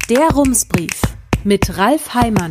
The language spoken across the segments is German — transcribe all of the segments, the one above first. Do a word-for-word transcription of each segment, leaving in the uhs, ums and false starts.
Der Rumsbrief mit Ralf Heimann.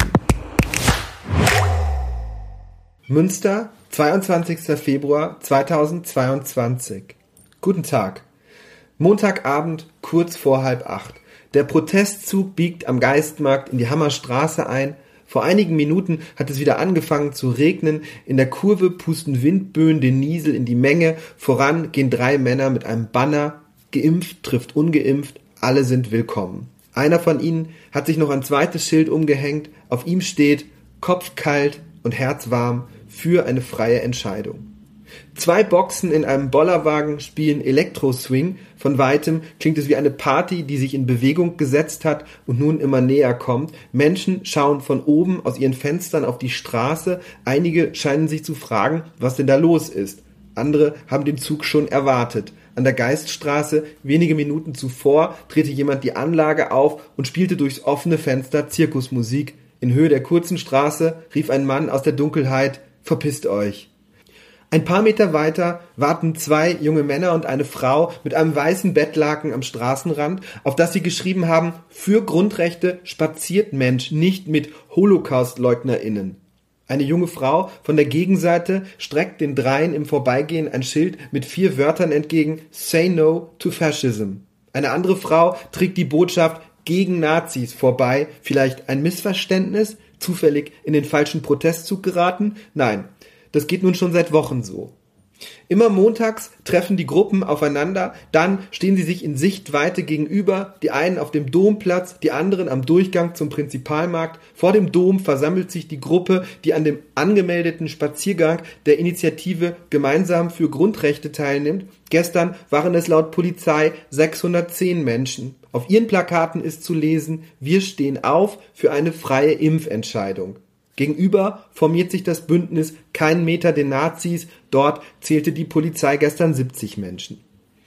Münster, zweiundzwanzigster Februar zweitausendzweiundzwanzig. Guten Tag. Montagabend, kurz vor halb acht. Der Protestzug biegt am Geistmarkt in die Hammerstraße ein. Vor einigen Minuten hat es wieder angefangen zu regnen. In der Kurve pusten Windböen den Niesel in die Menge. Voran gehen drei Männer mit einem Banner. Geimpft trifft ungeimpft. Alle sind willkommen. Einer von ihnen hat sich noch ein zweites Schild umgehängt. Auf ihm steht Kopf kalt und Herz warm für eine freie Entscheidung. Zwei Boxen in einem Bollerwagen spielen Elektro-Swing. Von weitem klingt es wie eine Party, die sich in Bewegung gesetzt hat und nun immer näher kommt. Menschen schauen von oben aus ihren Fenstern auf die Straße. Einige scheinen sich zu fragen, was denn da los ist. Andere haben den Zug schon erwartet. An der Geiststraße, wenige Minuten zuvor, drehte jemand die Anlage auf und spielte durchs offene Fenster Zirkusmusik. In Höhe der kurzen Straße rief ein Mann aus der Dunkelheit: Verpisst euch! Ein paar Meter weiter warten zwei junge Männer und eine Frau mit einem weißen Bettlaken am Straßenrand, auf das sie geschrieben haben: Für Grundrechte spaziert Mensch nicht mit Holocaust-LeugnerInnen. Eine junge Frau von der Gegenseite streckt den dreien im Vorbeigehen ein Schild mit vier Wörtern entgegen: Say no to fascism. Eine andere Frau trägt die Botschaft: Gegen Nazis vorbei. Vielleicht ein Missverständnis? Zufällig in den falschen Protestzug geraten? Nein, das geht nun schon seit Wochen so. Immer montags treffen die Gruppen aufeinander, dann stehen sie sich in Sichtweite gegenüber, die einen auf dem Domplatz, die anderen am Durchgang zum Prinzipalmarkt. Vor dem Dom versammelt sich die Gruppe, die an dem angemeldeten Spaziergang der Initiative Gemeinsam für Grundrechte teilnimmt. Gestern waren es laut Polizei sechshundertzehn Menschen. Auf ihren Plakaten ist zu lesen: Wir stehen auf für eine freie Impfentscheidung. Gegenüber formiert sich das Bündnis Kein Meter den Nazis. Dort zählte die Polizei gestern siebzig Menschen.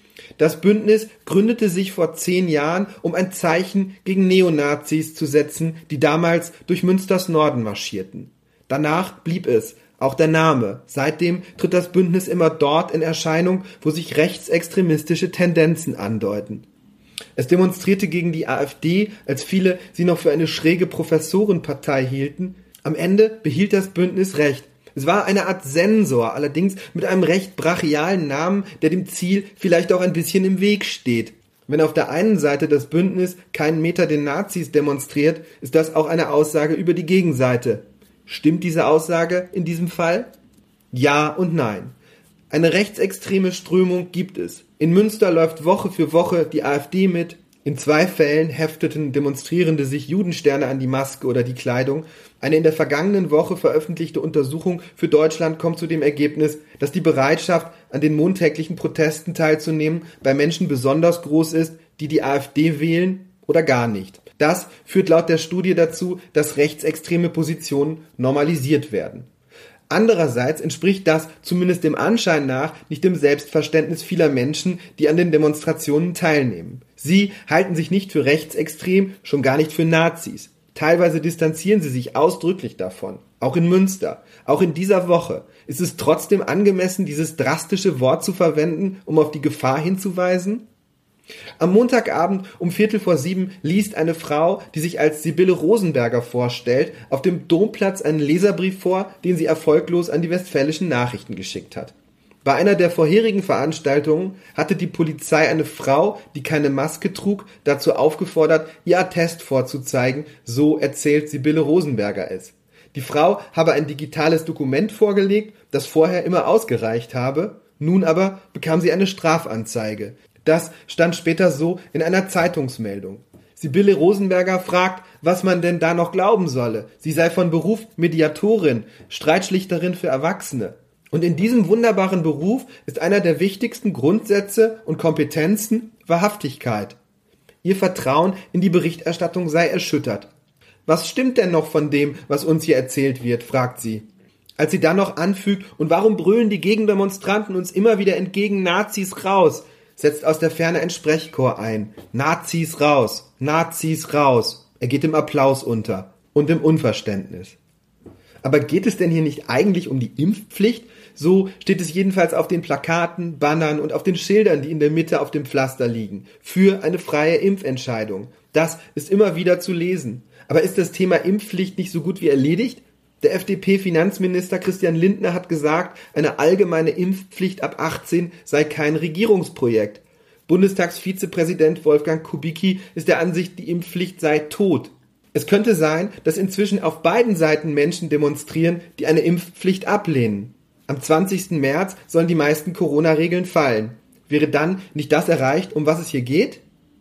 Das Bündnis gründete sich vor zehn Jahren, um ein Zeichen gegen Neonazis zu setzen, die damals durch Münsters Norden marschierten. Danach blieb es, auch der Name. Seitdem tritt das Bündnis immer dort in Erscheinung, wo sich rechtsextremistische Tendenzen andeuten. Es demonstrierte gegen die AfD, als viele sie noch für eine schräge Professorenpartei hielten. Am Ende behielt das Bündnis recht. Es war eine Art Sensor, allerdings mit einem recht brachialen Namen, der dem Ziel vielleicht auch ein bisschen im Weg steht. Wenn auf der einen Seite das Bündnis Keinen Meter den Nazis demonstriert, ist das auch eine Aussage über die Gegenseite. Stimmt diese Aussage in diesem Fall? Ja und nein. Eine rechtsextreme Strömung gibt es. In Münster läuft Woche für Woche die AfD mit. In zwei Fällen hefteten Demonstrierende sich Judensterne an die Maske oder die Kleidung. Eine in der vergangenen Woche veröffentlichte Untersuchung für Deutschland kommt zu dem Ergebnis, dass die Bereitschaft, an den montäglichen Protesten teilzunehmen, bei Menschen besonders groß ist, die die AfD wählen oder gar nicht. Das führt laut der Studie dazu, dass rechtsextreme Positionen normalisiert werden. Andererseits entspricht das, zumindest dem Anschein nach, nicht dem Selbstverständnis vieler Menschen, die an den Demonstrationen teilnehmen. Sie halten sich nicht für rechtsextrem, schon gar nicht für Nazis. Teilweise distanzieren sie sich ausdrücklich davon. Auch in Münster, auch in dieser Woche. Ist es trotzdem angemessen, dieses drastische Wort zu verwenden, um auf die Gefahr hinzuweisen? Am Montagabend um Viertel vor sieben liest eine Frau, die sich als Sibylle Rosenberger vorstellt, auf dem Domplatz einen Leserbrief vor, den sie erfolglos an die Westfälischen Nachrichten geschickt hat. Bei einer der vorherigen Veranstaltungen hatte die Polizei eine Frau, die keine Maske trug, dazu aufgefordert, ihr Attest vorzuzeigen, so erzählt Sibylle Rosenberger es. Die Frau habe ein digitales Dokument vorgelegt, das vorher immer ausgereicht habe, nun aber bekam sie eine Strafanzeige. Das stand später so in einer Zeitungsmeldung. Sibylle Rosenberger fragt, was man denn da noch glauben solle. Sie sei von Beruf Mediatorin, Streitschlichterin für Erwachsene. Und in diesem wunderbaren Beruf ist einer der wichtigsten Grundsätze und Kompetenzen Wahrhaftigkeit. Ihr Vertrauen in die Berichterstattung sei erschüttert. Was stimmt denn noch von dem, was uns hier erzählt wird, fragt sie. Als sie dann noch anfügt, und warum brüllen die Gegendemonstranten uns immer wieder entgegen: Nazis raus, setzt aus der Ferne ein Sprechchor ein. Nazis raus, Nazis raus. Er geht im Applaus unter und im Unverständnis. Aber geht es denn hier nicht eigentlich um die Impfpflicht? So steht es jedenfalls auf den Plakaten, Bannern und auf den Schildern, die in der Mitte auf dem Pflaster liegen. Für eine freie Impfentscheidung. Das ist immer wieder zu lesen. Aber ist das Thema Impfpflicht nicht so gut wie erledigt? Der F D P-Finanzminister Christian Lindner hat gesagt, eine allgemeine Impfpflicht ab achtzehn sei kein Regierungsprojekt. Bundestagsvizepräsident Wolfgang Kubicki ist der Ansicht, die Impfpflicht sei tot. Es könnte sein, dass inzwischen auf beiden Seiten Menschen demonstrieren, die eine Impfpflicht ablehnen. Am zwanzigsten März sollen die meisten Corona-Regeln fallen. Wäre dann nicht das erreicht, um was es hier geht?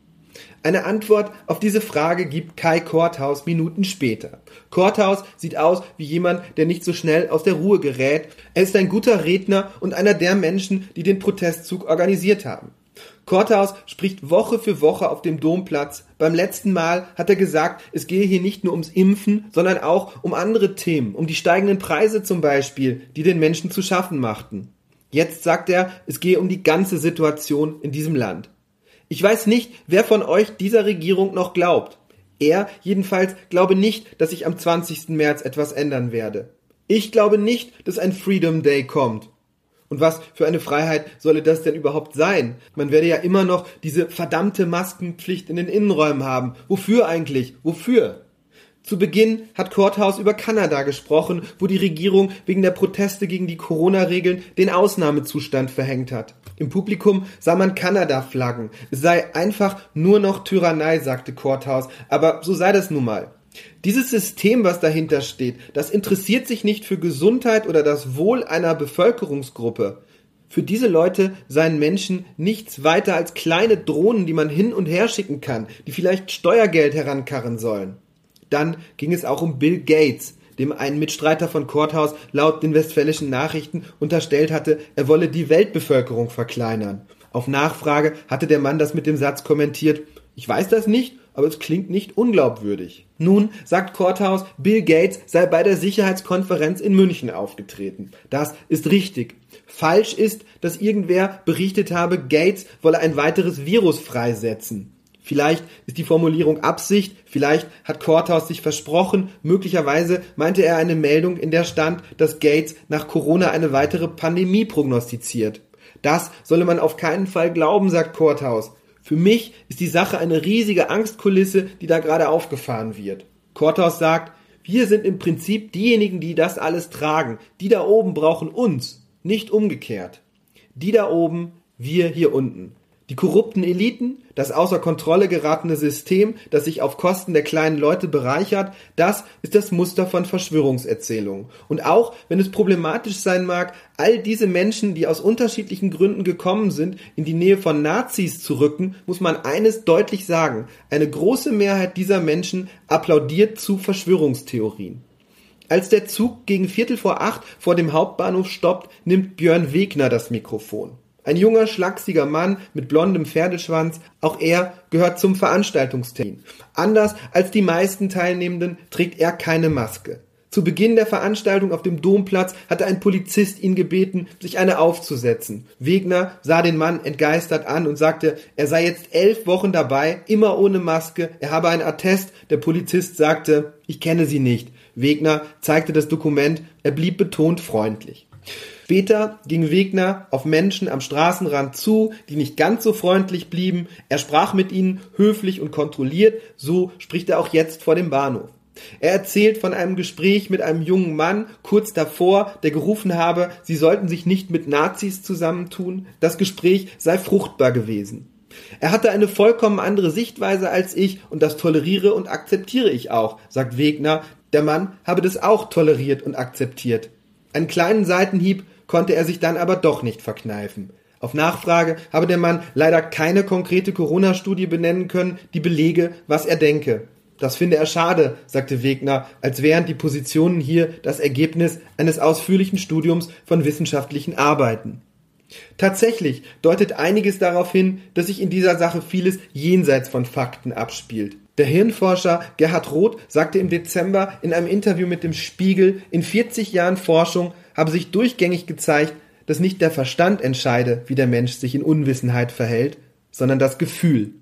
Eine Antwort auf diese Frage gibt Kai Korthaus Minuten später. Korthaus sieht aus wie jemand, der nicht so schnell aus der Ruhe gerät. Er ist ein guter Redner und einer der Menschen, die den Protestzug organisiert haben. Korthaus spricht Woche für Woche auf dem Domplatz. Beim letzten Mal hat er gesagt, es gehe hier nicht nur ums Impfen, sondern auch um andere Themen, um die steigenden Preise zum Beispiel, die den Menschen zu schaffen machten. Jetzt sagt er, es gehe um die ganze Situation in diesem Land. Ich weiß nicht, wer von euch dieser Regierung noch glaubt. Er jedenfalls glaube nicht, dass sich am zwanzigsten März etwas ändern werde. Ich glaube nicht, dass ein Freedom Day kommt. Und was für eine Freiheit solle das denn überhaupt sein? Man werde ja immer noch diese verdammte Maskenpflicht in den Innenräumen haben. Wofür eigentlich? Wofür? Zu Beginn hat Korthaus über Kanada gesprochen, wo die Regierung wegen der Proteste gegen die Corona-Regeln den Ausnahmezustand verhängt hat. Im Publikum sah man Kanada-Flaggen. Es sei einfach nur noch Tyrannei, sagte Korthaus, aber so sei das nun mal. Dieses System, was dahinter steht, das interessiert sich nicht für Gesundheit oder das Wohl einer Bevölkerungsgruppe. Für diese Leute seien Menschen nichts weiter als kleine Drohnen, die man hin und her schicken kann, die vielleicht Steuergeld herankarren sollen. Dann ging es auch um Bill Gates, dem ein Mitstreiter von Korthaus laut den Westfälischen Nachrichten unterstellt hatte, er wolle die Weltbevölkerung verkleinern. Auf Nachfrage hatte der Mann das mit dem Satz kommentiert, ich weiß das nicht, aber es klingt nicht unglaubwürdig. Nun sagt Korthaus, Bill Gates sei bei der Sicherheitskonferenz in München aufgetreten. Das ist richtig. Falsch ist, dass irgendwer berichtet habe, Gates wolle ein weiteres Virus freisetzen. Vielleicht ist die Formulierung Absicht, vielleicht hat Korthaus sich versprochen, möglicherweise meinte er eine Meldung, in der stand, dass Gates nach Corona eine weitere Pandemie prognostiziert. Das solle man auf keinen Fall glauben, sagt Korthaus. Für mich ist die Sache eine riesige Angstkulisse, die da gerade aufgefahren wird. Korthaus sagt, wir sind im Prinzip diejenigen, die das alles tragen. Die da oben brauchen uns, nicht umgekehrt. Die da oben, wir hier unten. Die korrupten Eliten, das außer Kontrolle geratene System, das sich auf Kosten der kleinen Leute bereichert, das ist das Muster von Verschwörungserzählungen. Und auch, wenn es problematisch sein mag, all diese Menschen, die aus unterschiedlichen Gründen gekommen sind, in die Nähe von Nazis zu rücken, muss man eines deutlich sagen. Eine große Mehrheit dieser Menschen applaudiert zu Verschwörungstheorien. Als der Zug gegen Viertel vor acht vor dem Hauptbahnhof stoppt, nimmt Björn Wegner das Mikrofon. Ein junger, schlachsiger Mann mit blondem Pferdeschwanz, auch er gehört zum Veranstaltungstermin. Anders als die meisten Teilnehmenden trägt er keine Maske. Zu Beginn der Veranstaltung auf dem Domplatz hatte ein Polizist ihn gebeten, sich eine aufzusetzen. Wegner sah den Mann entgeistert an und sagte, er sei jetzt elf Wochen dabei, immer ohne Maske, er habe ein Attest. Der Polizist sagte, ich kenne Sie nicht. Wegner zeigte das Dokument, er blieb betont freundlich. Später ging Wegner auf Menschen am Straßenrand zu, die nicht ganz so freundlich blieben. Er sprach mit ihnen höflich und kontrolliert, so spricht er auch jetzt vor dem Bahnhof. Er erzählt von einem Gespräch mit einem jungen Mann kurz davor, der gerufen habe, sie sollten sich nicht mit Nazis zusammentun. Das Gespräch sei fruchtbar gewesen. Er hatte eine vollkommen andere Sichtweise als ich und das toleriere und akzeptiere ich auch, sagt Wegner. Der Mann habe das auch toleriert und akzeptiert. Einen kleinen Seitenhieb konnte er sich dann aber doch nicht verkneifen. Auf Nachfrage habe der Mann leider keine konkrete Corona-Studie benennen können, die belege, was er denke. Das finde er schade, sagte Wegner, als wären die Positionen hier das Ergebnis eines ausführlichen Studiums von wissenschaftlichen Arbeiten. Tatsächlich deutet einiges darauf hin, dass sich in dieser Sache vieles jenseits von Fakten abspielt. Der Hirnforscher Gerhard Roth sagte im Dezember in einem Interview mit dem Spiegel, in vierzig Jahren Forschung habe sich durchgängig gezeigt, dass nicht der Verstand entscheide, wie der Mensch sich in Unwissenheit verhält, sondern das Gefühl.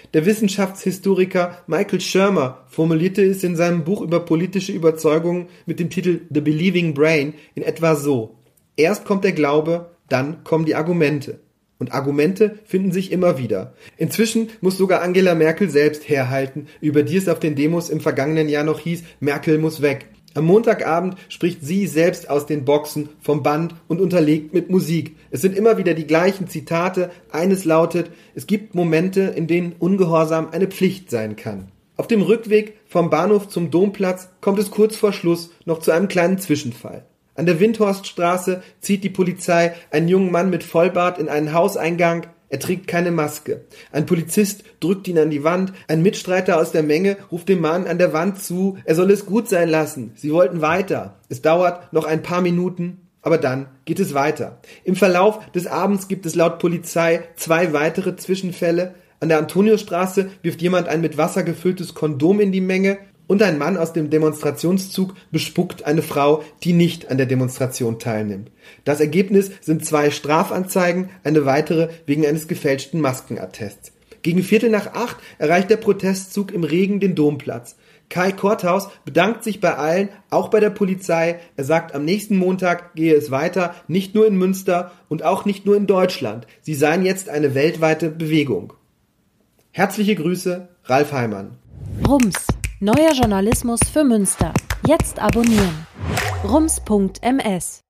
Der Wissenschaftshistoriker Michael Shermer formulierte es in seinem Buch über politische Überzeugungen mit dem Titel The Believing Brain in etwa so: Erst kommt der Glaube, dann kommen die Argumente. Und Argumente finden sich immer wieder. Inzwischen muss sogar Angela Merkel selbst herhalten, über die es auf den Demos im vergangenen Jahr noch hieß, Merkel muss weg. Am Montagabend spricht sie selbst aus den Boxen, vom Band und unterlegt mit Musik. Es sind immer wieder die gleichen Zitate. Eines lautet: Es gibt Momente, in denen Ungehorsam eine Pflicht sein kann. Auf dem Rückweg vom Bahnhof zum Domplatz kommt es kurz vor Schluss noch zu einem kleinen Zwischenfall. An der Windhorststraße zieht die Polizei einen jungen Mann mit Vollbart in einen Hauseingang. Er trägt keine Maske. Ein Polizist drückt ihn an die Wand. Ein Mitstreiter aus der Menge ruft dem Mann an der Wand zu, er soll es gut sein lassen. Sie wollten weiter. Es dauert noch ein paar Minuten, aber dann geht es weiter. Im Verlauf des Abends gibt es laut Polizei zwei weitere Zwischenfälle. An der Antoniusstraße wirft jemand ein mit Wasser gefülltes Kondom in die Menge. Und ein Mann aus dem Demonstrationszug bespuckt eine Frau, die nicht an der Demonstration teilnimmt. Das Ergebnis sind zwei Strafanzeigen, eine weitere wegen eines gefälschten Maskenattests. Gegen Viertel nach acht erreicht der Protestzug im Regen den Domplatz. Kai Korthaus bedankt sich bei allen, auch bei der Polizei. Er sagt, am nächsten Montag gehe es weiter, nicht nur in Münster und auch nicht nur in Deutschland. Sie seien jetzt eine weltweite Bewegung. Herzliche Grüße, Ralf Heimann. Rums. Neuer Journalismus für Münster. Jetzt abonnieren. rums punkt ms